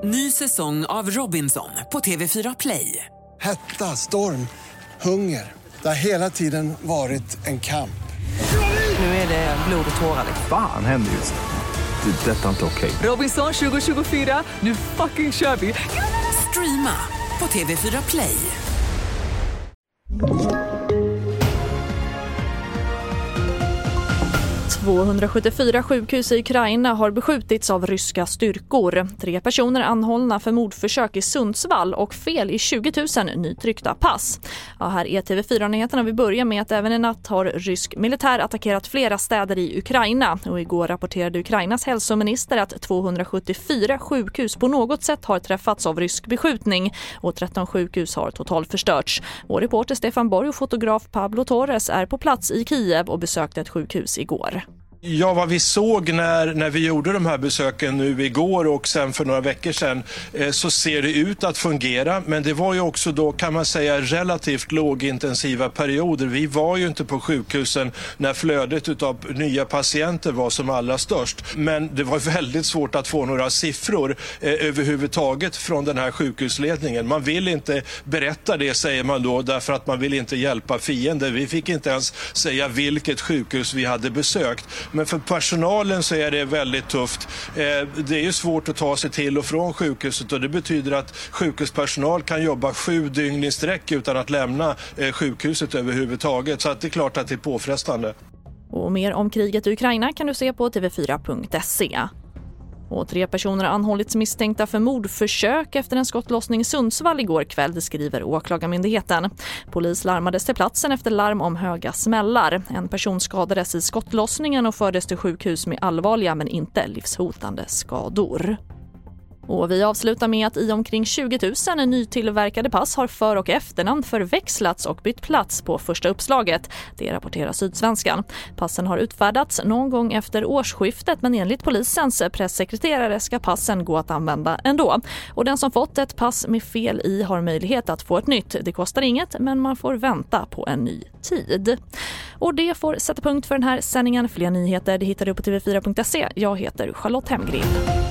Ny säsong av Robinson på TV4 Play. Hetta, storm, hunger. Det har hela tiden varit en kamp. Nu är det blod och tårar. Fan händer just nu. Det. Detta är inte okej. Robinson 2024, nu fucking kör vi. Streama på TV4 Play. ...274 sjukhus i Ukraina har beskjutits av ryska styrkor. 3 personer anhållna för mordförsök i Sundsvall och fel i 20 000 nytryckta pass. Ja, här är TV4-nyheterna. Vi börjar med att även i natt har rysk militär attackerat flera städer i Ukraina. Och igår rapporterade Ukrainas hälsominister att 274 sjukhus på något sätt har träffats av rysk beskjutning. Och 13 sjukhus har totalt förstörts. Vår reporter Stefan Borg och fotograf Pablo Torres är på plats i Kiev och besökte ett sjukhus igår. Ja, vad vi såg när vi gjorde de här besöken nu igår och sen för några veckor sedan så ser det ut att fungera. Men det var ju också då, kan man säga, relativt lågintensiva perioder. Vi var ju inte på sjukhusen när flödet av nya patienter var som allra störst. Men det var väldigt svårt att få några siffror överhuvudtaget från den här sjukhusledningen. Man vill inte berätta det, säger man då, därför att man vill inte hjälpa fiender. Vi fick inte ens säga vilket sjukhus vi hade besökt. Men för personalen så är det väldigt tufft. Det är ju svårt att ta sig till och från sjukhuset och det betyder att sjukhuspersonal kan jobba 7 dygn i sträck utan att lämna sjukhuset överhuvudtaget. Så att det är klart att det är påfrestande. Och mer om kriget i Ukraina kan du se på tv4.se. Och 3 personer har anhållits misstänkta för mordförsök efter en skottlossning i Sundsvall igår kväll, det skriver åklagarmyndigheten. Polis larmades till platsen efter larm om höga smällar. En person skadades i skottlossningen och fördes till sjukhus med allvarliga men inte livshotande skador. Och vi avslutar med att i omkring 20 000 nytillverkade pass har för- och efternamn förväxlats och bytt plats på första uppslaget. Det rapporterar Sydsvenskan. Passen har utfärdats någon gång efter årsskiftet, men enligt polisens pressekreterare ska passen gå att använda ändå. Och den som fått ett pass med fel i har möjlighet att få ett nytt. Det kostar inget, men man får vänta på en ny tid. Och det får sätta punkt för den här sändningen. Fler nyheter det hittar du på tv4.se. Jag heter Charlotte Hemgren.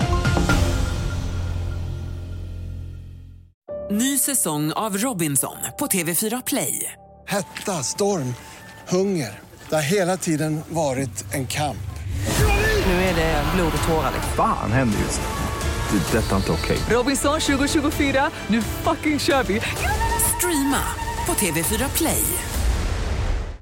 Ny säsong av Robinson på TV4 Play. Hetta, storm, hunger. Det har hela tiden varit en kamp. Nu är det blod och tårar. Fan händer just nu. Detta är inte okej. Robinson 2024, nu fucking kör vi. Streama på TV4 Play.